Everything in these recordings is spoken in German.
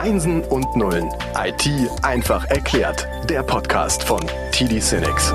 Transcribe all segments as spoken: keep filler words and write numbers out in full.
Einsen und Nullen. I T einfach erklärt. Der Podcast von T D SYNNEX.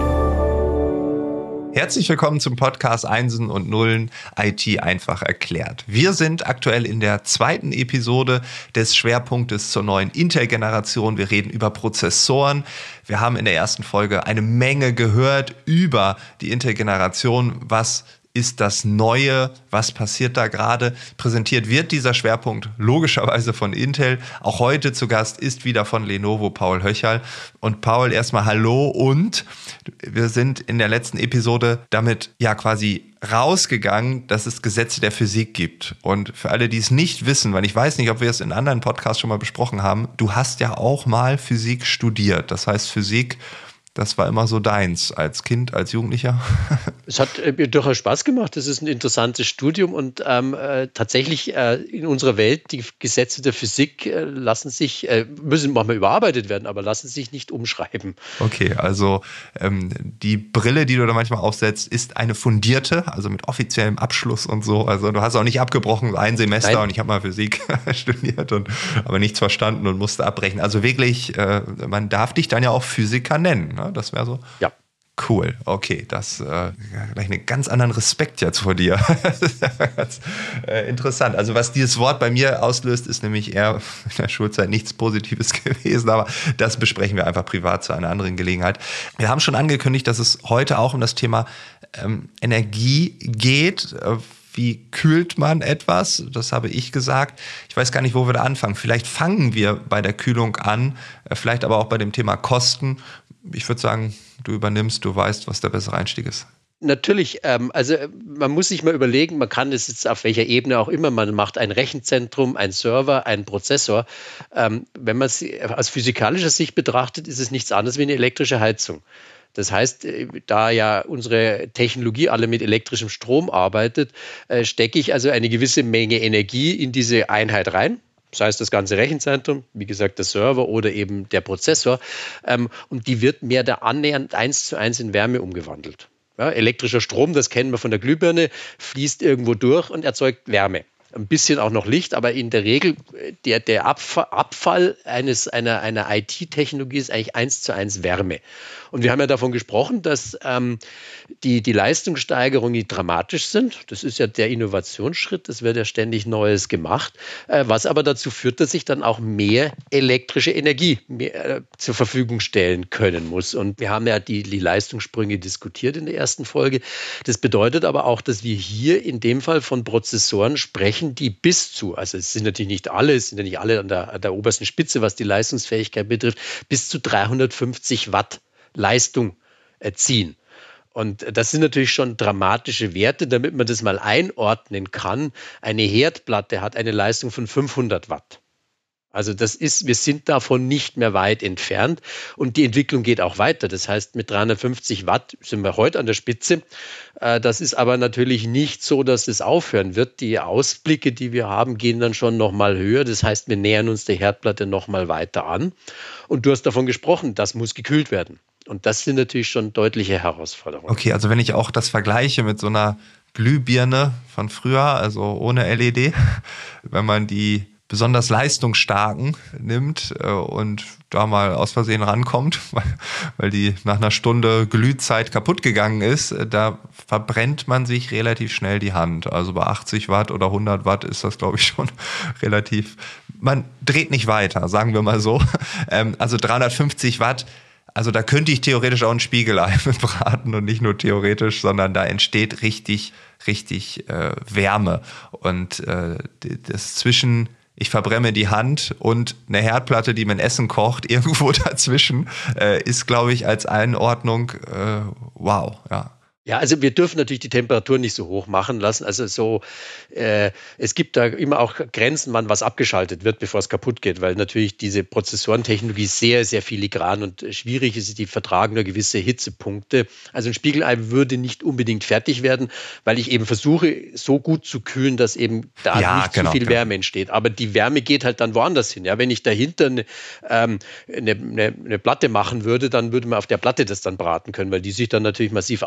Herzlich willkommen zum Podcast Einsen und Nullen, I T einfach erklärt. Wir sind aktuell in der zweiten Episode des Schwerpunktes zur neuen Intel-Generation. Wir reden über Prozessoren. Wir haben in der ersten Folge eine Menge gehört über die Intel-Generation. Was ist das Neue? Was passiert da gerade? Präsentiert wird dieser Schwerpunkt logischerweise von Intel. Auch heute zu Gast ist wieder von Lenovo Paul Höcherl. Und Paul, erstmal hallo, und wir sind in der letzten Episode damit ja quasi rausgegangen, dass es Gesetze der Physik gibt. Und für alle, die es nicht wissen, weil ich weiß nicht, ob wir es in anderen Podcasts schon mal besprochen haben, du hast ja auch mal Physik studiert. Das heißt, Physik, das war immer so deins, als Kind, als Jugendlicher. Es hat äh, mir durchaus Spaß gemacht. Das ist ein interessantes Studium und ähm, äh, tatsächlich äh, in unserer Welt, die Gesetze der Physik äh, lassen sich, äh, müssen manchmal überarbeitet werden, aber lassen sich nicht umschreiben. Okay, also ähm, die Brille, die du da manchmal aufsetzt, ist eine fundierte, also mit offiziellem Abschluss und so. Also du hast auch nicht abgebrochen, ein Semester. Nein. Und ich habe mal Physik studiert, und aber nichts verstanden und musste abbrechen. Also wirklich, äh, man darf dich dann ja auch Physiker nennen. Das wäre so? Ja. Cool, okay, das äh, gleich einen ganz anderen Respekt jetzt vor dir. Das ist ja ganz äh, interessant. Also was dieses Wort bei mir auslöst, ist nämlich eher in der Schulzeit nichts Positives gewesen, aber das besprechen wir einfach privat zu einer anderen Gelegenheit. Wir haben schon angekündigt, dass es heute auch um das Thema ähm, Energie geht. Äh, Wie kühlt man etwas? Das habe ich gesagt. Ich weiß gar nicht, wo wir da anfangen. Vielleicht fangen wir bei der Kühlung an, vielleicht aber auch bei dem Thema Kosten. Ich würde sagen, du übernimmst, du weißt, was der bessere Einstieg ist. Natürlich, ähm, also man muss sich mal überlegen, man kann das jetzt auf welcher Ebene auch immer, man macht ein Rechenzentrum, ein Server, einen Prozessor. Ähm, wenn man es aus physikalischer Sicht betrachtet, ist es nichts anderes wie eine elektrische Heizung. Das heißt, da ja unsere Technologie alle mit elektrischem Strom arbeitet, äh, stecke ich also eine gewisse Menge Energie in diese Einheit rein. Das heißt, das ganze Rechenzentrum, wie gesagt, der Server oder eben der Prozessor. Ähm, und die wird mehr da annähernd eins zu eins in Wärme umgewandelt. Ja, elektrischer Strom, das kennen wir von der Glühbirne, fließt irgendwo durch und erzeugt Wärme. Ein bisschen auch noch Licht, aber in der Regel der, der Abfall, Abfall eines, einer, einer I T-Technologie ist eigentlich eins zu eins Wärme. Und wir haben ja davon gesprochen, dass ähm, die, die Leistungssteigerungen dramatisch sind. Das ist ja der Innovationsschritt, das wird ja ständig Neues gemacht, äh, was aber dazu führt, dass ich dann auch mehr elektrische Energie mehr, äh, zur Verfügung stellen können muss. Und wir haben ja die, die Leistungssprünge diskutiert in der ersten Folge. Das bedeutet aber auch, dass wir hier in dem Fall von Prozessoren sprechen, die bis zu, also es sind natürlich nicht alle, es sind ja nicht alle an der, an der obersten Spitze, was die Leistungsfähigkeit betrifft, bis zu dreihundertfünfzig Watt Leistung erzielen. Und das sind natürlich schon dramatische Werte, damit man das mal einordnen kann. Eine Herdplatte hat eine Leistung von fünfhundert Watt. Also das ist, wir sind davon nicht mehr weit entfernt und die Entwicklung geht auch weiter. Das heißt, mit dreihundertfünfzig Watt sind wir heute an der Spitze. Das ist aber natürlich nicht so, dass es aufhören wird. Die Ausblicke, die wir haben, gehen dann schon noch mal höher. Das heißt, wir nähern uns der Herdplatte noch mal weiter an. Und du hast davon gesprochen, das muss gekühlt werden. Und das sind natürlich schon deutliche Herausforderungen. Okay, also wenn ich auch das vergleiche mit so einer Glühbirne von früher, also ohne L E D, wenn man die besonders leistungsstarken nimmt äh, und da mal aus Versehen rankommt, weil, weil die nach einer Stunde Glühzeit kaputt gegangen ist, äh, da verbrennt man sich relativ schnell die Hand. Also bei achtzig Watt oder hundert Watt ist das, glaube ich, schon relativ, man dreht nicht weiter, sagen wir mal so. Ähm, also dreihundertfünfzig Watt, also da könnte ich theoretisch auch ein Spiegelei mit braten und nicht nur theoretisch, sondern da entsteht richtig, richtig äh, Wärme. Und äh, das zwischen ich verbrenne die Hand und eine Herdplatte, die mein Essen kocht, irgendwo dazwischen, äh, ist, glaube ich, als Einordnung äh, wow, ja. Ja, also wir dürfen natürlich die Temperatur nicht so hoch machen lassen. Also so, äh, es gibt da immer auch Grenzen, wann was abgeschaltet wird, bevor es kaputt geht, weil natürlich diese Prozessorentechnologie sehr, sehr filigran und schwierig ist. Die vertragen nur gewisse Hitzepunkte. Also ein Spiegelei würde nicht unbedingt fertig werden, weil ich eben versuche, so gut zu kühlen, dass eben da ja, nicht genau, zu viel genau. Wärme entsteht. Aber die Wärme geht halt dann woanders hin. Ja, wenn ich dahinter eine, ähm, eine, eine, eine Platte machen würde, dann würde man auf der Platte das dann braten können, weil die sich dann natürlich massiv aufheizt.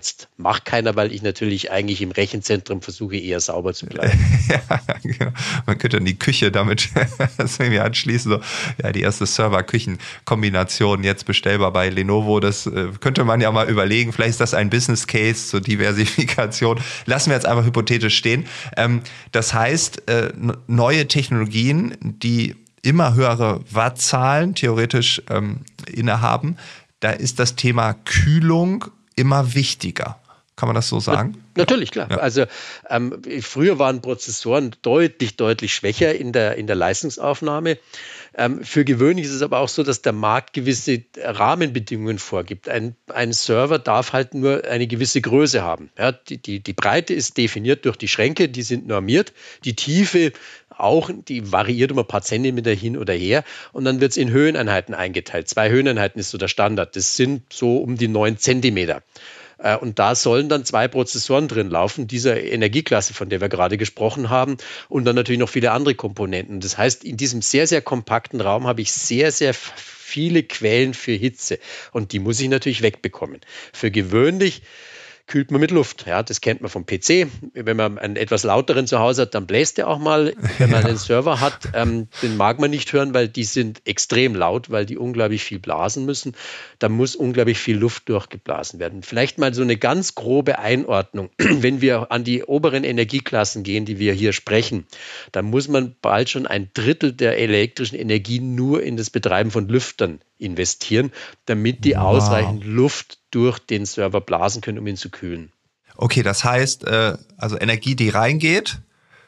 benutzt. Macht keiner, weil ich natürlich eigentlich im Rechenzentrum versuche, eher sauber zu bleiben. Ja, genau. Man könnte dann die Küche damit das irgendwie anschließen. So, ja, die erste Server-Küchen-Kombination jetzt bestellbar bei Lenovo. Das äh, könnte man ja mal überlegen. Vielleicht ist das ein Business Case zur Diversifikation. Lassen wir jetzt einfach hypothetisch stehen. Ähm, das heißt, äh, n- neue Technologien, die immer höhere Wattzahlen theoretisch ähm, innehaben, da ist das Thema Kühlung immer wichtiger. Kann man das so sagen? Natürlich, klar. Ja. Also ähm, früher waren Prozessoren deutlich, deutlich schwächer in der, in der Leistungsaufnahme. Ähm, für gewöhnlich ist es aber auch so, dass der Markt gewisse Rahmenbedingungen vorgibt. Ein, ein Server darf halt nur eine gewisse Größe haben. Ja, die, die, die Breite ist definiert durch die Schränke, die sind normiert. Die Tiefe auch, die variiert um ein paar Zentimeter hin oder her. Und dann wird es in Höheneinheiten eingeteilt. Zwei Höheneinheiten ist so der Standard. Das sind so um die neun Zentimeter. Und da sollen dann zwei Prozessoren drin laufen, dieser Energieklasse, von der wir gerade gesprochen haben, und dann natürlich noch viele andere Komponenten. Das heißt, in diesem sehr, sehr kompakten Raum habe ich sehr, sehr viele Quellen für Hitze. Und die muss ich natürlich wegbekommen. Für gewöhnlich kühlt man mit Luft. Ja, das kennt man vom P C. Wenn man einen etwas lauteren zu Hause hat, dann bläst der auch mal. Wenn man ja. einen Server hat, ähm, den mag man nicht hören, weil die sind extrem laut, weil die unglaublich viel blasen müssen. Da muss unglaublich viel Luft durchgeblasen werden. Vielleicht mal so eine ganz grobe Einordnung. Wenn wir an die oberen Energieklassen gehen, die wir hier sprechen, dann muss man bald schon ein Drittel der elektrischen Energie nur in das Betreiben von Lüftern investieren, damit die wow. ausreichend Luft durch den Server blasen können, um ihn zu kühlen. Okay, das heißt, äh, also Energie, die reingeht,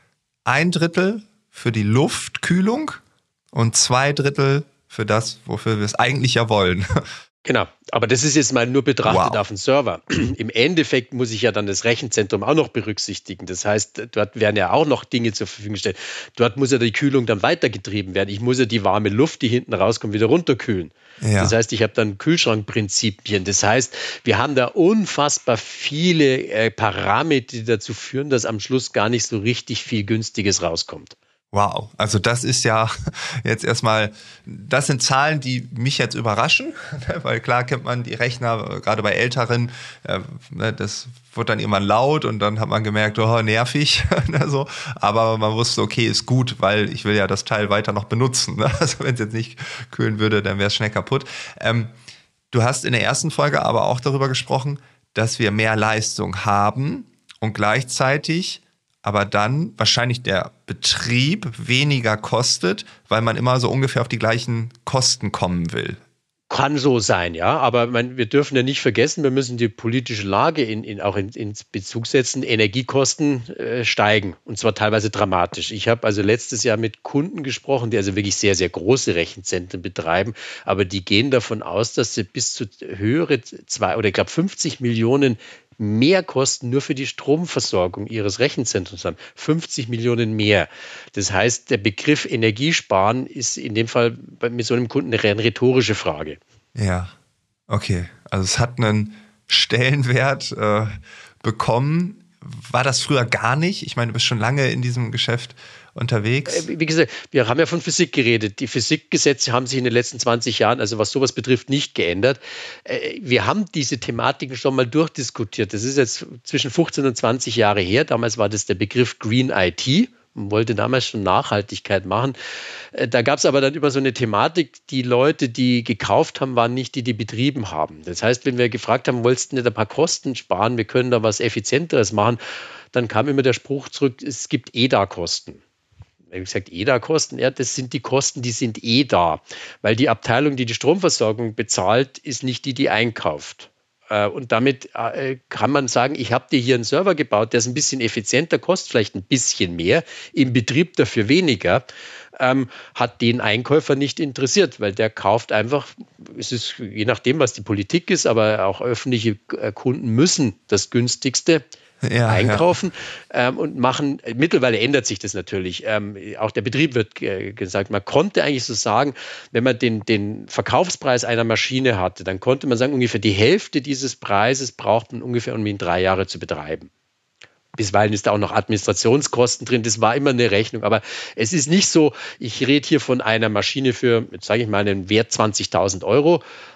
ein Drittel für die Luftkühlung und zwei Drittel für das, wofür wir es eigentlich ja wollen. Genau, aber das ist jetzt mal nur betrachtet wow. auf den Server. Im Endeffekt muss ich ja dann das Rechenzentrum auch noch berücksichtigen. Das heißt, dort werden ja auch noch Dinge zur Verfügung gestellt. Dort muss ja die Kühlung dann weitergetrieben werden. Ich muss ja die warme Luft, die hinten rauskommt, wieder runterkühlen. Ja. Das heißt, ich habe dann Kühlschrankprinzipien. Das heißt, wir haben da unfassbar viele äh, Parameter, die dazu führen, dass am Schluss gar nicht so richtig viel Günstiges rauskommt. Wow, also das ist ja jetzt erstmal, das sind Zahlen, die mich jetzt überraschen, weil klar kennt man die Rechner, gerade bei Älteren, äh, das wird dann irgendwann laut und dann hat man gemerkt, oh, nervig, so. Aber man wusste, okay, ist gut, weil ich will ja das Teil weiter noch benutzen. Ne? Also wenn es jetzt nicht kühlen würde, dann wäre es schnell kaputt. Ähm, du hast in der ersten Folge aber auch darüber gesprochen, dass wir mehr Leistung haben und gleichzeitig aber dann wahrscheinlich der Betrieb weniger kostet, weil man immer so ungefähr auf die gleichen Kosten kommen will. Kann so sein, ja, aber man, wir dürfen ja nicht vergessen, wir müssen die politische Lage in, in, auch in, ins Bezug setzen. Energiekosten äh, steigen und zwar teilweise dramatisch. Ich habe also letztes Jahr mit Kunden gesprochen, die also wirklich sehr, sehr große Rechenzentren betreiben, aber die gehen davon aus, dass sie bis zu höhere zwei oder ich glaube fünfzig Millionen mehr Kosten nur für die Stromversorgung ihres Rechenzentrums haben. fünfzig Millionen mehr. Das heißt, der Begriff Energiesparen ist in dem Fall mit so einem Kunden eine rein rhetorische Frage. Ja, okay. Also es hat einen Stellenwert äh, bekommen. War das früher gar nicht? Ich meine, du bist schon lange in diesem Geschäft unterwegs. Wie gesagt, wir haben ja von Physik geredet. Die Physikgesetze haben sich in den letzten zwanzig Jahren, also was sowas betrifft, nicht geändert. Wir haben diese Thematiken schon mal durchdiskutiert. Das ist jetzt zwischen fünfzehn und zwanzig Jahre her. Damals war das der Begriff Green I T. Man wollte damals schon Nachhaltigkeit machen. Da gab es aber dann immer so eine Thematik, die Leute, die gekauft haben, waren nicht die, die betrieben haben. Das heißt, wenn wir gefragt haben, wolltest du nicht ein paar Kosten sparen, wir können da was Effizienteres machen, dann kam immer der Spruch zurück, es gibt eh da Kosten. Ich habe gesagt, E D A-Kosten, ja, das sind die Kosten, die sind eh da. Weil die Abteilung, die die Stromversorgung bezahlt, ist nicht die, die einkauft. Und damit kann man sagen, ich habe dir hier einen Server gebaut, der ist ein bisschen effizienter, kostet vielleicht ein bisschen mehr, im Betrieb dafür weniger, ähm, hat den Einkäufer nicht interessiert, weil der kauft einfach, es ist je nachdem, was die Politik ist, aber auch öffentliche Kunden müssen das günstigste Ja, einkaufen ja. ähm, und machen, mittlerweile ändert sich das natürlich, ähm, auch der Betrieb wird äh, gesagt, man konnte eigentlich so sagen, wenn man den, den Verkaufspreis einer Maschine hatte, dann konnte man sagen, ungefähr die Hälfte dieses Preises braucht man ungefähr, um ihn drei Jahre zu betreiben. Bisweilen ist da auch noch Administrationskosten drin, das war immer eine Rechnung, aber es ist nicht so, ich rede hier von einer Maschine für, jetzt sage ich mal, einen Wert zwanzigtausend Euro,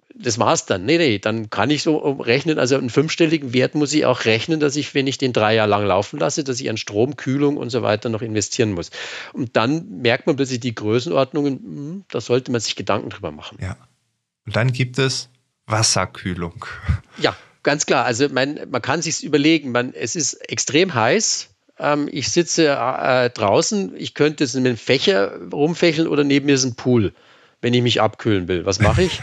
das war's dann. Nee, nee, dann kann ich so rechnen, also einen fünfstelligen Wert muss ich auch rechnen, dass ich, wenn ich den drei Jahre lang laufen lasse, dass ich an Strom, Kühlung und so weiter noch investieren muss. Und dann merkt man plötzlich die Größenordnungen, da sollte man sich Gedanken drüber machen. Ja. Und dann gibt es Wasserkühlung. Ja, ganz klar. Also man, man kann sich überlegen, man, es ist extrem heiß. Ähm, ich sitze äh, draußen, ich könnte jetzt mit einem Fächer rumfächeln oder neben mir ist ein Pool, wenn ich mich abkühlen will. Was mache ich?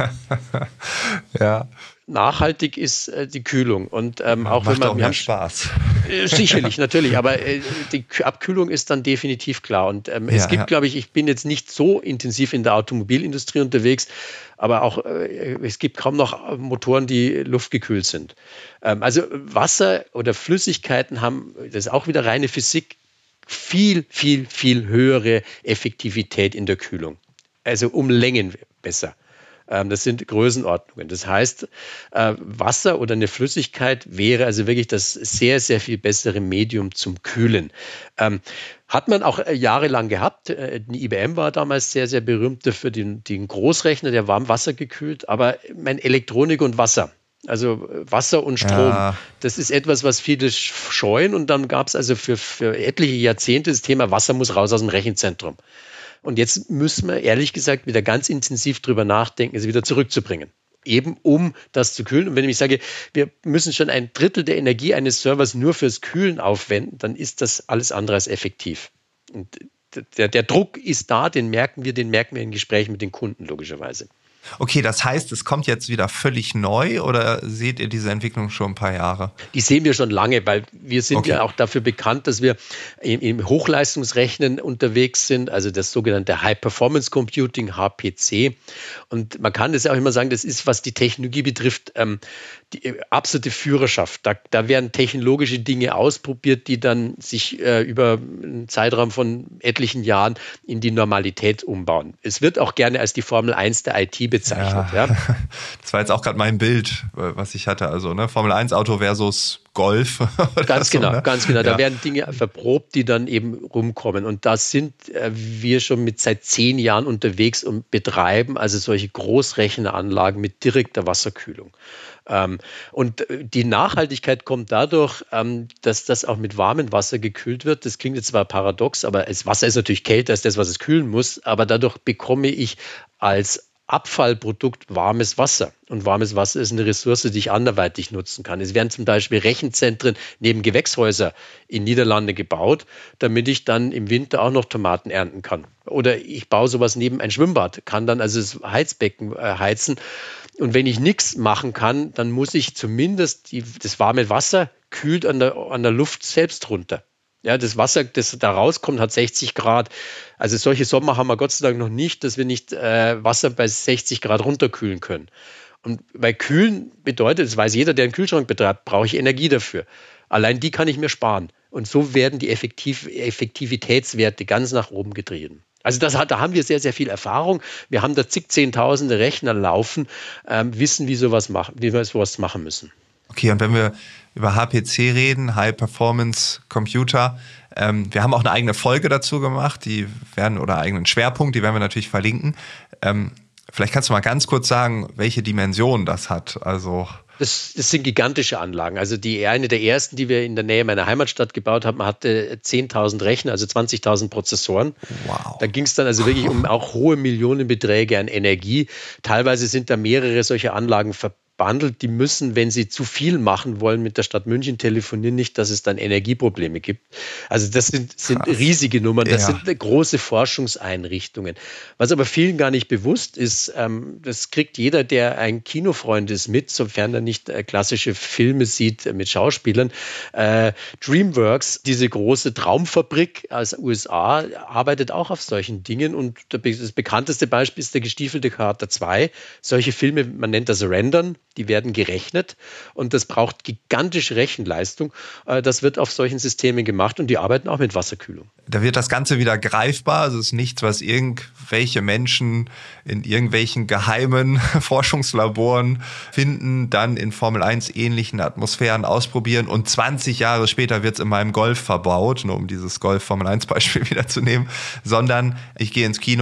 Ja. Nachhaltig ist äh, die Kühlung. Und ähm, auch macht wenn man auch mehr Spaß. Äh, sicherlich, natürlich, aber äh, die Abkühlung ist dann definitiv klar. Und ähm, Ja, es gibt, ja. glaube ich, ich bin jetzt nicht so intensiv in der Automobilindustrie unterwegs, aber auch äh, es gibt kaum noch Motoren, die luftgekühlt sind. Ähm, also Wasser oder Flüssigkeiten haben, das ist auch wieder reine Physik, viel, viel, viel höhere Effektivität in der Kühlung. Also um Längen besser. Ähm, das sind Größenordnungen. Das heißt, äh, Wasser oder eine Flüssigkeit wäre also wirklich das sehr, sehr viel bessere Medium zum Kühlen. Ähm, hat man auch äh, jahrelang gehabt. Äh, die I B M war damals sehr, sehr berühmt für den, den Großrechner, der warm Wasser gekühlt. Aber mein Elektronik und Wasser, also Wasser und Strom, Ja. das ist etwas, was viele scheuen. Und dann gab es also für, für etliche Jahrzehnte das Thema, Wasser muss raus aus dem Rechenzentrum. Und jetzt müssen wir ehrlich gesagt wieder ganz intensiv drüber nachdenken, es wieder zurückzubringen. Eben um das zu kühlen. Und wenn ich sage, wir müssen schon ein Drittel der Energie eines Servers nur fürs Kühlen aufwenden, dann ist das alles andere als effektiv. Und der, der Druck ist da, den merken wir, den merken wir in Gesprächen mit den Kunden logischerweise. Okay, das heißt, es kommt jetzt wieder völlig neu oder seht ihr diese Entwicklung schon ein paar Jahre? Die sehen wir schon lange, weil wir sind Okay. ja auch dafür bekannt, dass wir im, im Hochleistungsrechnen unterwegs sind, also das sogenannte High Performance Computing, H P C. Und man kann das ja auch immer sagen, das ist, was die Technologie betrifft, ähm, die äh, absolute Führerschaft. Da, da werden technologische Dinge ausprobiert, die dann sich äh, über einen Zeitraum von etlichen Jahren in die Normalität umbauen. Es wird auch gerne als die Formel eins der I T bezeichnet. Ja. Ja. Das war jetzt auch gerade mein Bild, was ich hatte. Also ne, Formel eins Auto versus Golf. Ganz so, genau, ne? ganz genau. Ja. Da werden Dinge verprobt, die dann eben rumkommen. Und da sind äh, wir schon mit seit zehn Jahren unterwegs und betreiben also solche Großrechneranlagen mit direkter Wasserkühlung. Ähm, und die Nachhaltigkeit kommt dadurch, ähm, dass das auch mit warmem Wasser gekühlt wird. Das klingt jetzt zwar paradox, aber das Wasser ist natürlich kälter als das, was es kühlen muss. Aber dadurch bekomme ich als Abfallprodukt warmes Wasser. Und warmes Wasser ist eine Ressource, die ich anderweitig nutzen kann. Es werden zum Beispiel Rechenzentren neben Gewächshäuser in Niederlande gebaut, damit ich dann im Winter auch noch Tomaten ernten kann. Oder ich baue sowas neben ein Schwimmbad, kann dann also das Heizbecken äh, heizen. Und wenn ich nichts machen kann, dann muss ich zumindest die, das warme Wasser kühlt an der, an der Luft selbst runter. Ja, das Wasser, das da rauskommt, hat sechzig Grad. Also solche Sommer haben wir Gott sei Dank noch nicht, dass wir nicht äh, Wasser bei sechzig Grad runterkühlen können. Und bei Kühlen bedeutet, das weiß jeder, der einen Kühlschrank betreibt, brauche ich Energie dafür. Allein die kann ich mir sparen. Und so werden die Effektiv- Effektivitätswerte ganz nach oben getrieben. Also das hat, da haben wir sehr, sehr viel Erfahrung. Wir haben da zig, zehntausende Rechner laufen, ähm, wissen, wie, sowas machen, wie wir sowas machen müssen. Okay, und wenn wir über H P C reden, High Performance Computer, ähm, wir haben auch eine eigene Folge dazu gemacht, die werden, oder eigenen Schwerpunkt, die werden wir natürlich verlinken. Ähm, vielleicht kannst du mal ganz kurz sagen, welche Dimension das hat. Also Das, das sind gigantische Anlagen. Also die eine der ersten, die wir in der Nähe meiner Heimatstadt gebaut haben, hatte zehntausend Rechner, also zwanzigtausend Prozessoren. Wow. Da ging es dann also wirklich um auch hohe Millionenbeträge an Energie. Teilweise sind da mehrere solcher Anlagen verbandelt. Die müssen, wenn sie zu viel machen wollen, mit der Stadt München telefonieren, nicht, dass es dann Energieprobleme gibt. Also das sind, sind riesige Nummern, das Ja. sind große Forschungseinrichtungen. Was aber vielen gar nicht bewusst ist, ähm, das kriegt jeder, der ein Kinofreund ist, mit, sofern er nicht äh, klassische Filme sieht äh, mit Schauspielern. Äh, DreamWorks, diese große Traumfabrik aus den U S A, arbeitet auch auf solchen Dingen. Und das bekannteste Beispiel ist der gestiefelte Kater zwei. Solche Filme, man nennt das Rendern, die werden gerechnet und das braucht gigantische Rechenleistung. Äh, das wird auf solchen Systemen gemacht und die arbeiten auch mit Wasserkühlung. Da wird das Ganze wieder greifbar. Also es ist nichts, was irgendwelche Menschen in irgendwelchen geheimen Forschungslaboren finden, dann in Formel eins ähnlichen Atmosphären ausprobieren und zwanzig Jahre später wird es in meinem Golf verbaut, nur um dieses Golf-Formel eins Beispiel wieder zu nehmen, sondern ich gehe ins Kino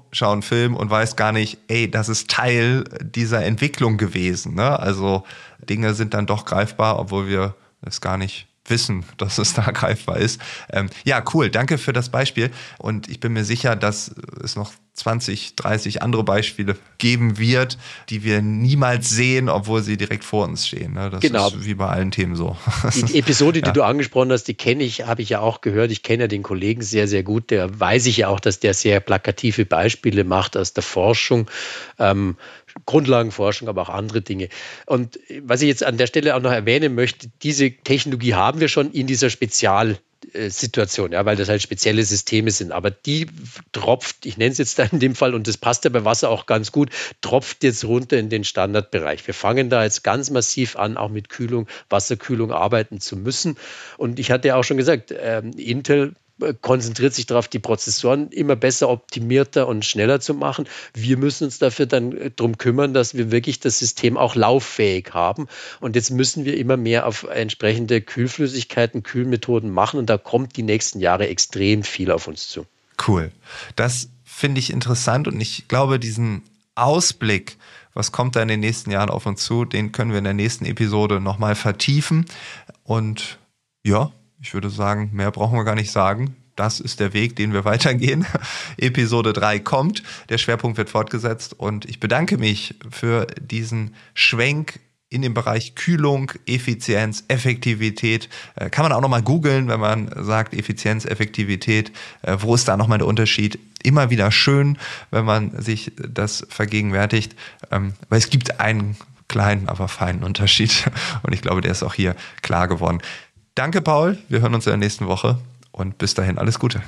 schaue einen Film und weiß gar nicht, ey, das ist Teil dieser Entwicklung gewesen. Ne? Also Dinge sind dann doch greifbar, obwohl wir es gar nicht wissen, dass es da greifbar ist. Ähm, ja, cool. Danke für das Beispiel. Und ich bin mir sicher, dass es noch zwanzig, dreißig andere Beispiele geben wird, die wir niemals sehen, obwohl sie direkt vor uns stehen. Ne? Das genau. ist wie bei allen Themen so. Die Episode, die ja. du angesprochen hast, die kenne ich, habe ich ja auch gehört. Ich kenne ja den Kollegen sehr, sehr gut. Der weiß ich ja auch, dass der sehr plakative Beispiele macht aus der Forschung. Ähm, Grundlagenforschung, aber auch andere Dinge. Und was ich jetzt an der Stelle auch noch erwähnen möchte, diese Technologie haben wir schon in dieser Spezialsituation, ja, weil das halt spezielle Systeme sind. Aber die tropft, ich nenne es jetzt da in dem Fall, und das passt ja bei Wasser auch ganz gut, tropft jetzt runter in den Standardbereich. Wir fangen da jetzt ganz massiv an, auch mit Kühlung, Wasserkühlung arbeiten zu müssen. Und ich hatte ja auch schon gesagt, ähm, Intel konzentriert sich darauf, die Prozessoren immer besser, optimierter und schneller zu machen. Wir müssen uns dafür dann darum kümmern, dass wir wirklich das System auch lauffähig haben. Und jetzt müssen wir immer mehr auf entsprechende Kühlflüssigkeiten, Kühlmethoden machen. Und da kommt die nächsten Jahre extrem viel auf uns zu. Cool. Das finde ich interessant. Und ich glaube, diesen Ausblick, was kommt da in den nächsten Jahren auf uns zu, den können wir in der nächsten Episode nochmal vertiefen. Und ja, ich würde sagen, mehr brauchen wir gar nicht sagen. Das ist der Weg, den wir weitergehen. Episode drei kommt, der Schwerpunkt wird fortgesetzt und ich bedanke mich für diesen Schwenk in dem Bereich Kühlung, Effizienz, Effektivität. Äh, kann man auch nochmal googeln, wenn man sagt Effizienz, Effektivität. Äh, wo ist da nochmal der Unterschied? Immer wieder schön, wenn man sich das vergegenwärtigt, ähm, weil es gibt einen kleinen, aber feinen Unterschied und ich glaube, der ist auch hier klar geworden. Danke, Paul. Wir hören uns in der nächsten Woche und bis dahin alles Gute.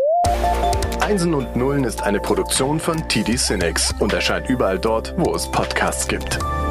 Einsen und Nullen ist eine Produktion von T D SYNNEX und erscheint überall dort, wo es Podcasts gibt.